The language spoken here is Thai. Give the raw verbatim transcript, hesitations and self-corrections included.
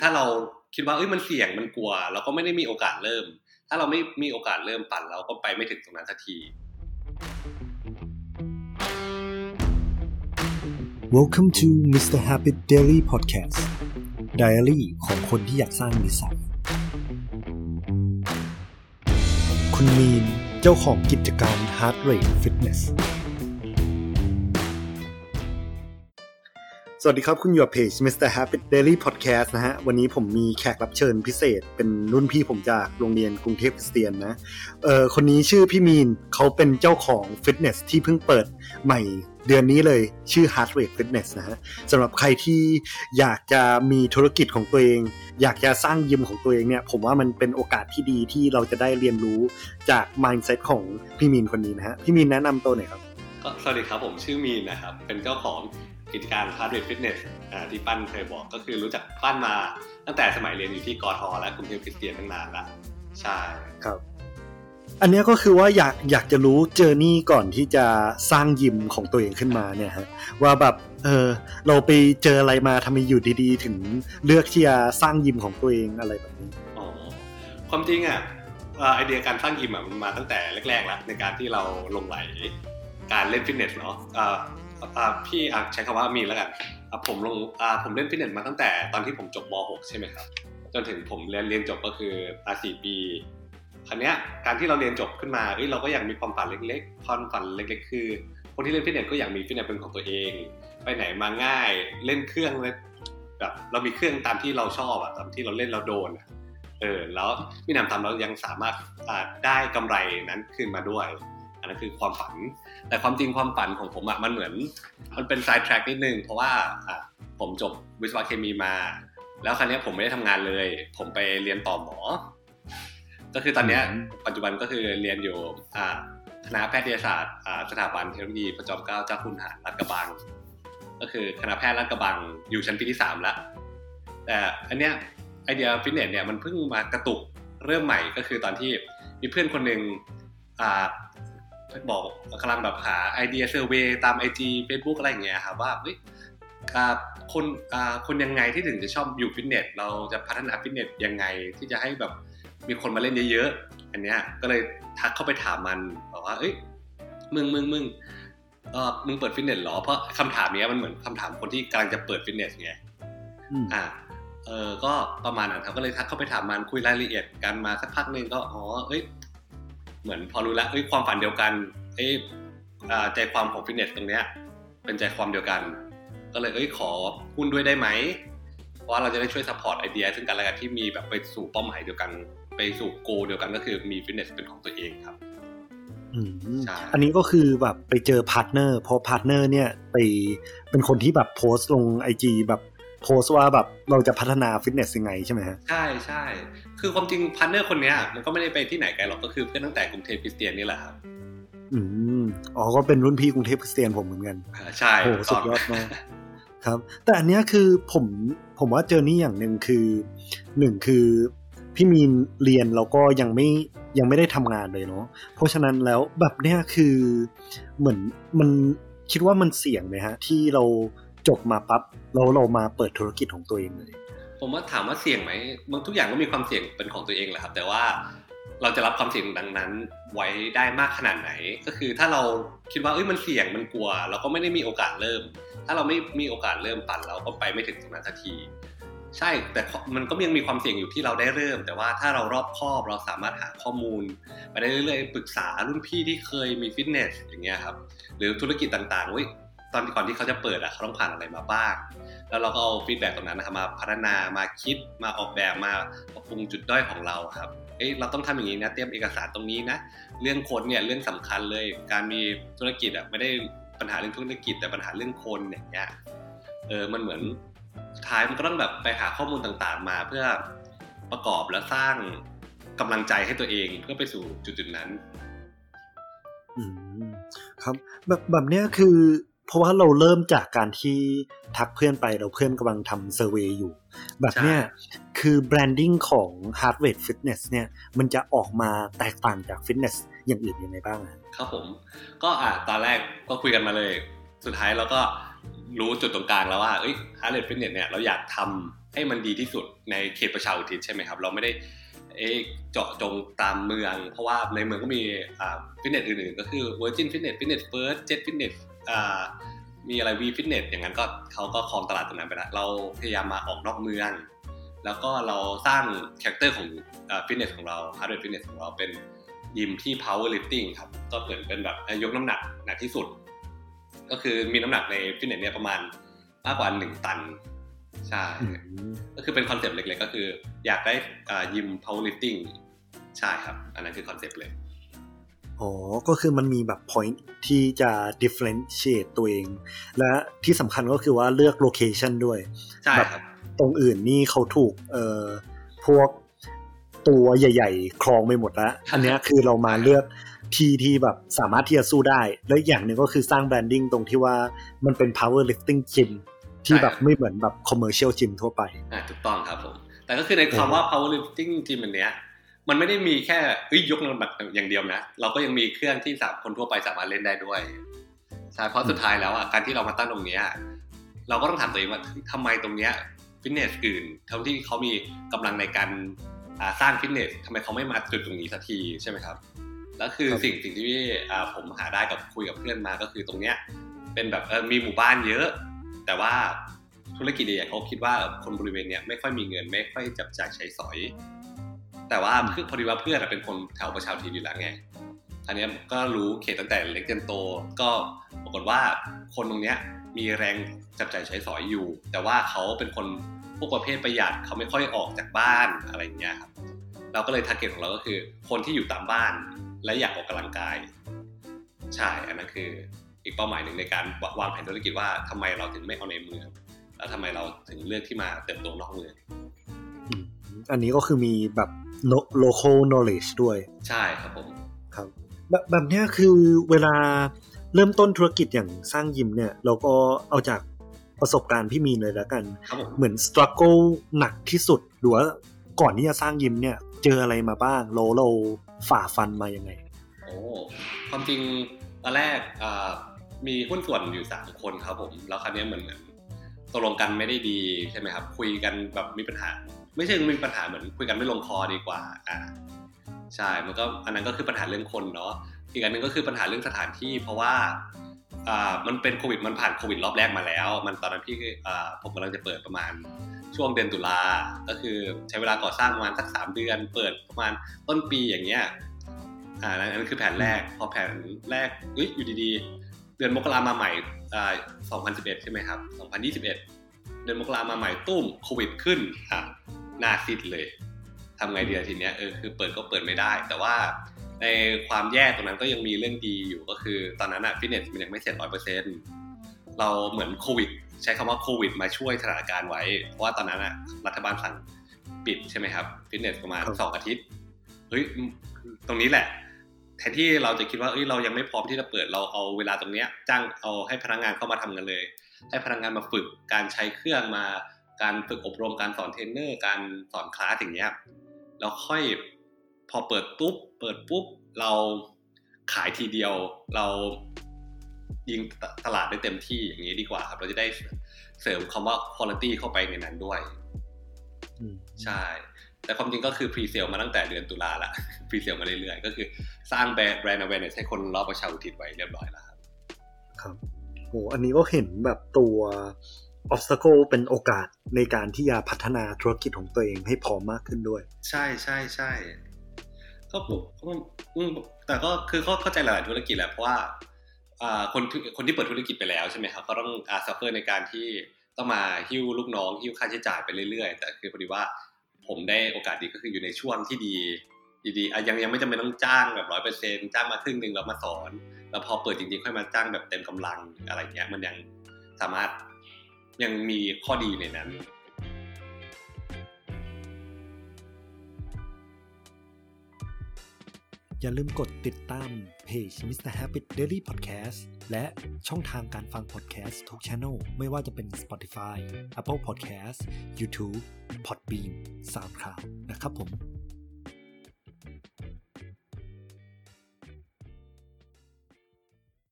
ถ้าเราคิดว่าเอ้ยมันเสี่ยงมันกลัวเราก็ไม่ได้มีโอกาสเริ่มถ้าเราไม่มีโอกาสเริ่มปั่นเราก็ไปไม่ถึงตรงนั้นสักที Welcome to มิสเตอร์ Habit Daily Podcast Diary ของคนที่อยากสร้างนิสัยคุณมีนเจ้าของกิจการ Heart Rate Fitnessสวัสดีครับคุณอยู่กับเพจ มิสเตอร์ Habit Daily Podcast นะฮะวันนี้ผมมีแขกรับเชิญพิเศษเป็นรุ่นพี่ผมจากโรงเรียนกรุงเทพคริสเตียนนะเอ่อคนนี้ชื่อพี่มีนเขาเป็นเจ้าของฟิตเนสที่เพิ่งเปิดใหม่เดือนนี้เลยชื่อ Heart Rate Fitness นะฮะสำหรับใครที่อยากจะมีธุรกิจของตัวเองอยากจะสร้างยิมของตัวเองเนี่ยผมว่ามันเป็นโอกาสที่ดีที่เราจะได้เรียนรู้จาก mindset ของพี่มีนคนนี้นะฮะพี่มีนแนะนำตัวหน่อยครับก็สวัสดีครับผมชื่อมีนนะครับเป็นเจ้าของกิจการ Heart Rate Fitness อ่าที่ปั้นเคยบอกก็คือรู้จักปั้นมาตั้งแต่สมัยเรียนอยู่ที่กทและกรุงเทพคริสเตียนตั้งนานละใช่ครับอันนี้ก็คือว่าอยากอยากจะรู้เจอร์นี่ก่อนที่จะสร้างยิมของตัวเองขึ้นมาเนี่ยฮะว่าแบบเออเราไปเจออะไรมาทำไมอยู่ดีๆถึงเลือกที่จะสร้างยิมของตัวเองอะไรแบบนี้อ๋อความจริงอ่ะไอเดียการสร้างยิมอ่ะมันมาตั้งแต่แรกๆแล้วในการที่เราลงไหลการเล่นฟิตเนสเนาะอ่าอ่าพี่อ่ะใช้คำว่ามีแล้วกันอ่ะผมลงอ่าผมเล่นฟิตเนสมาตั้งแต่ตอนที่ผมจบม หกใช่ไหมครับจนถึงผมเรียนเรียนจบก็คืออ่าสี่ปีคราวเนี้ยการที่เราเรียนจบขึ้นมาเอ้ยเราก็อยากมีความฝันเล็กๆความฝันเล็กๆคือคนที่เล่นฟิตเนสก็อยากมีฟิตเนสเป็นของตัวเองไปไหนมาง่ายเล่นเครื่องเลยแบบเรามีเครื่องตามที่เราชอบอ่ะตามที่เราเล่นเราโดนอ่ะเออแล้วมีหนำซ้ำเรายังสามารถอ่าได้กำไรนั้นขึ้นมาด้วยอันนั้นคือความฝันแต่ความจริงความฝันของผมอ่ะมันเหมือนมันเป็นไซด์แทร็กนิดนึงเพราะว่าอ่ะผมจบวิศวะเคมีมาแล้วคราวนี้ผมไม่ได้ทำงานเลยผมไปเรียนต่อหมอก็คือตอนนี้ปัจจุบันก็คือเรียนอยู่อ่าคณะแพทยศาสตร์อ่าสถาบันเทคโนโลยีพระจอมเกล้าเจ้าคุณทหารลาดกระบังก็คือคณะแพทย์ลาดกระบังอยู่ชั้นปีที่สามแล้วแต่อันเนี้ยไอเดียฟิตเนสเนี่ยมันเพิ่งมากระตุกเริ่มใหม่ก็คือตอนที่มีเพื่อนคนนึงอ่าบอกกำลังแบบหาไอเดียเซอร์เวย์ตาม ไอ จี Facebook อะไรอย่างเงี้ยครับว่าเฮ้ยอ่าคนอ่าคนยังไงที่ถึงจะชอบอยู่ฟิตเนสเราจะพัฒนาฟิตเนสยังไงที่จะให้แบบมีคนมาเล่นเยอะๆอันเนี้ยก็เลยทักเข้าไปถามมันบอกว่าเอ้ยมึงมึงมึงเออมึงเปิดฟิตเนสเหรอเพราะคำถามนี้มันเหมือนคำถามคนที่กำลังจะเปิดฟิตเนสไงอ่าเออก็ประมาณนั้นครับก็เลยทักเข้าไปถามมันคุยรายละเอียดกันมาสักพักนึงก็อ๋อเอ้ยเหมือนพอรู้แล้วเอ้ยความฝันเดียวกันเอ้ยอ่าใจความของฟิตเนสตรงเนี้ยเป็นใจความเดียวกันก็เลยเอ้ยขอหุ้นด้วยได้ไหมเพราะว่าเราจะได้ช่วยซัพพอร์ตไอเดียซึ่งกันและกันที่มีแบบไปสู่เป้าหมายเดียวกันไปสู่โกลเดียวกันก็คือมีฟิตเนสเป็นของตัวเองครับอืมอันนี้ก็คือแบบไปเจอพาร์ทเนอร์เพราะพาร์ทเนอร์เนี่ยไปเป็นคนที่แบบโพสต์ลง ไอ จี แบบโพสต์ว่าแบบเราจะพัฒนาฟิตเนสยังไงใช่ไหมฮะใช่ใช่คือความจริงพาร์ทเนอร์คนนี้มันก็ไม่ได้ไปที่ไหนไกลหรอกก็คือเพื่อนตั้งแต่กรุงเทพคริสเตียนนี่แหละครับอืมอ๋อก็เป็นรุ่นพี่กรุงเทพคริสเตียนผมเหมือนกันใช่โอ้สุดยอดมากครับแต่อันเนี้ยคือผมผมว่าเจอนี่อย่างนึงคือหนึ่งคือพี่มีนเรียนแล้วก็ยังไม่ยังไม่ได้ทำงานเลยเนาะเพราะฉะนั้นแล้วแบบเนี้ยคือเหมือนมันคิดว่ามันเสี่ยงไหมฮะที่เราจบมาปั๊บแล้วเรามาเปิดธุรกิจของตัวเองเลยผมว่าถามว่าเสี่ยงไหมมันทุกอย่างก็มีความเสี่ยงเป็นของตัวเองแหละครับแต่ว่าเราจะรับความเสี่ยงดังนั้นไว้ได้มากขนาดไหนก็คือถ้าเราคิดว่าเอ้ยมันเสี่ยงมันกลัวเราก็ไม่ได้มีโอกาสเริ่มถ้าเราไม่มีโอกาสเริ่มปั่นเราก็ไปไม่ถึงตรงนั้นสักทีใช่แต่มันก็ยังมีความเสี่ยงอยู่ที่เราได้เริ่มแต่ว่าถ้าเรารอบคอบเราสามารถหาข้อมูลไปได้เรื่อยๆปรึกษารุ่นพี่ที่เคยมีฟิตเนสอย่างเงี้ยครับหรือธุรกิจต่างๆเว้ยตอนก่อนที่เขาจะเปิดอ่ะเขาต้องผ่านอะไรมาบ้างแล้วเราก็เอาฟีดแบ็กตรงนั้นนะครับมาพัฒนามาคิดมาออกแบบมาปรับปรุงจุดด้อยของเราครับเอ้ยเราต้องทำอย่างนี้นะเตรียมเอกสารตรงนี้นะเรื่องคนเนี่ยเรื่องสำคัญเลยการมีธุรกิจอ่ะไม่ได้ปัญหาเรื่องธุรกิจแต่ปัญหาเรื่องคนอย่างเงี้ยเออมันเหมือนสุดท้ายมันก็ต้องแบบไปหาข้อมูลต่างๆมาเพื่อประกอบและสร้างกำลังใจให้ตัวเองเพื่อไปสู่จุดๆนั้นอืมครับแบบแบบเนี้ยคือเพราะว่าเราเริ่มจากการที่ทักเพื่อนไปเราเพื่อนกำลังทำเซอร์เวย์อยู่แบบเนี้ยคือแบรนดิ้งของ Heart Rate Fitness เนี่ยมันจะออกมาแตกต่างจากฟิตเนสอย่างอื่นยังไงบ้างครับผมก็อ่ะตอนแรกก็คุยกันมาเลยสุดท้ายเราก็รู้จุดตรงกลางแล้วว่าเอ้ย Heart Rate Fitness เนี่ยเราอยากทให้มันดีที่สุดในเขตประชาอุทิศใช่ไหมครับเราไม่ได้เอ๊ะเจาะจงตามเมืองเพราะว่าในเมืองก็มีอ่าฟิตเนสอื่นๆก็คือ Virgin Fitness Fitness First Jet Fitness อ่ามีอะไร V Fitness อย่างนั้นก็เขาก็ครองตลาดตรงนั้นไปแล้วเราพยายามมาออกนอกเมืองแล้วก็เราสร้างคาแรคเตอร์ของอ่าฟิตเนสของเรา Hardware Fitness ของเราเป็นยิมที่ power lifting ครับก็เหมือนเป็นแบบยกน้ำหนักหนักที่สุดก็คือมีน้ำหนักในฟิตเนสเนี่ยประมาณมากกว่าหนึ่งตันใช่ก็คือเป็นคอนเซปต์เล็กๆก็คืออยากได้อ่ายิม power lifting ใช่ครับอันนั้นคือคอนเซปต์เลยอ๋อก็คือมันมีแบบ point ที่จะ differentiate ตัวเองและที่สำคัญก็คือว่าเลือก location ด้วยใช่ครับตรงอื่นนี่เขาถูกเอ่อพวกตัวใหญ่ๆครองไปหมดแล้วอันนี้คือเรามาเลือกที่ที่แบบสามารถที่จะสู้ได้และอย่างหนึ่งก็คือสร้างแบรนดิ้งตรงที่ว่ามันเป็น power lifting gym ที่แบบไม่เหมือนแบบ commercial gym ทั่วไปอ่าถูกต้องครับผมแต่ก็คือในคำว่า power lifting gym อันเนี้ยมันไม่ได้มีแค่เอ้ยยกน้ำหนักอย่างเดียวนะเราก็ยังมีเครื่องที่สามคนทั่วไปสามารถเล่นได้ด้วยใช่เพราะสุดท้ายแล้วอ่ะการที่เรามาตั้งตรงนี้เราก็ต้องถามตัวเองว่าทำไมตรงเนี้ยฟิตเนสอื่นทั้งที่เขามีกำลังในการสร้างฟิตเนสทำไมเขาไม่มาจุดตรงนี้สักทีใช่ไหมครับแล้วคือสิ่งสิ่งที่ผมหาได้กับคุยกับเพื่อนมาก็คือตรงเนี้ยเป็นแบบมีหมู่บ้านเยอะแต่ว่าธุรกิจใหญ่เขาคิดว่าคนบริเวณเนี้ยไม่ค่อยมีเงินไม่ค่อยจับจ่ายใช้สอยแต่ว่าคือพอดีว่าเพื่อนเป็นคนแถวประชาธิปไตยอยู่แล้วไงอันนี้ก็รู้เขตตั้งแต่เล็กจนโตก็ปรากฏว่าคนตรงเนี้ยมีแรงจับจ่ายใช้สอยอยู่แต่ว่าเขาเป็นคนพวกประเภทประหยัดเขาไม่ค่อยออกจากบ้านอะไรอย่างเงี้ยครับเราก็เลยทาร์เก็ตของเราก็คือคนที่อยู่ตามบ้านและอยากออกกำลังกายใช่อันนั้นคืออีกเป้าหมายหนึ่งในการวางแผนธุรกิจว่าทำไมเราถึงไม่เอาในเมืองแล้วทำไมเราถึงเลือกที่มาเติบโตนอกเมืองอันนี้ก็คือมีแบบ local knowledge ด้วยใช่ครับผมครับแบบแบบนี้คือเวลาเริ่มต้นธุรกิจอย่างสร้างยิมเนี่ยเราก็เอาจากประสบการณ์พี่มีนเลยแล้วกันเหมือน struggle หนักที่สุดหรือว่าก่อนที่จะสร้างยิมเนี่ยเจออะไรมาบ้างเราเราฝ่าฟันมายังไงโอ้ความจริงตอนแรกมีหุ้นส่วนอยู่สามคนครับผมแล้วคราวนี้เหมือนตกลงกันไม่ได้ดีใช่ไหมครับคุยกันแบบมีปัญหาไม่ใช่มีปัญหาเหมือนคุยกันไม่ลงคอดีกว่าอ่าใช่มันก็อันนั้นก็คือปัญหาเรื่องคนเนาะอีกอันนึงก็คือปัญหาเรื่องสถานที่เพราะว่าอ่ามันเป็นโควิดมันผ่านโควิดรอบแรกมาแล้วมันตอนนั้นพี่อ่าผมกำลังจะเปิดประมาณช่วงเดือนตุลาก็คือใช้เวลาก่อสร้างประมาณสักสามเดือนเปิดประมาณต้นปีอย่างเงี้ยอ่านั่นคือแผนแรกพอแผนแรกเอ้ยอยู่ดีๆเดือนมกรามาใหม่อ่าสองพันสิบเอ็ดใช่ไหมครับสองพันยี่สิบเอ็ดเดือนมกรามาใหม่ตุ้มโควิดขึ้นอ่ะหน้าซิดเลยทำไงดีทีเนี้ยเออคือเปิดก็เปิดไม่ได้แต่ว่าในความแย่ตรงนั้นก็ยังมีเรื่องดีอยู่ก็คือตอนนั้นอะฟิตเนสมันยังไม่เสร็จ ร้อยเปอร์เซ็นต์ เราเหมือนโควิดใช้คำว่าโควิดมาช่วยสถานการณ์ไว้เพราะว่าตอนนั้นอะรัฐบาลสั่งปิดใช่ไหมครับฟิตเนสประมาณสองอาทิตย์เฮ้ยตรงนี้แหละแทนที่เราจะคิดว่าเอ้ยเรายังไม่พร้อมที่จะเปิดเราเอาเวลาตรงเนี้ยจ้างเอาให้พนักงานเข้ามาทำกันเลยให้พนักงานมาฝึกการใช้เครื่องมาการฝึกอบรมการสอนเทรนเนอร์การสอนคลาสอย่างเงี้ยแล้วค่อยพอเปิดปุ๊บเปิดปุ๊บเราขายทีเดียวเรายิงตลาดได้เต็มที่อย่างนี้ดีกว่าครับเราจะได้เสริมคำว่า quality เข้าไปในนั้นด้วยใช่แต่ความจริงก็คือ pre sale มาตั้งแต่เดือนตุลาละ pre sale มาเรื่อยๆก็คือสร้างแบรนด์ brand awareness ให้คนรอบประชาอุทิศไว้เรียบร้อยแล้วครับครับโหอันนี้ก็เห็นแบบตัว obstacle เป็นโอกาสในการที่จะพัฒนาธุรกิจของตัวเองให้พร้อมมากขึ้นด้วยใช่ใช่ใช่ก็แต่ก็คือเข้าใจหลายๆธุรกิจแหละเพราะว่าคนคนที่เปิดธุรกิจไปแล้วใช่ไหมครับก็ต้องอาซัฟเฟอร์ในการที่ต้องมาหิ้วลูกน้องหิ้วค่าใช้จ่ายไปเรื่อยๆแต่คือพอดีว่าผมได้โอกาสดีก็คืออยู่ในช่วงที่ดีดีๆยังยังไม่จำเป็นต้องจ้างแบบ ร้อยเปอร์เซ็นต์ จ้างมาครึ่งนึงแล้วมาสอนแล้วพอเปิดจริงๆค่อยมาจ้างแบบเต็มกำลังอะไรเงี้ยมันยังสามารถยังมีข้อดีในนั้นอย่าลืมกดติดตามเพจ มิสเตอร์ Habit Daily Podcast และช่องทางการฟัง podcast ทุก channel ไม่ว่าจะเป็น Spotify, Apple Podcast, YouTube, Podbean, SoundCloud นะครับผม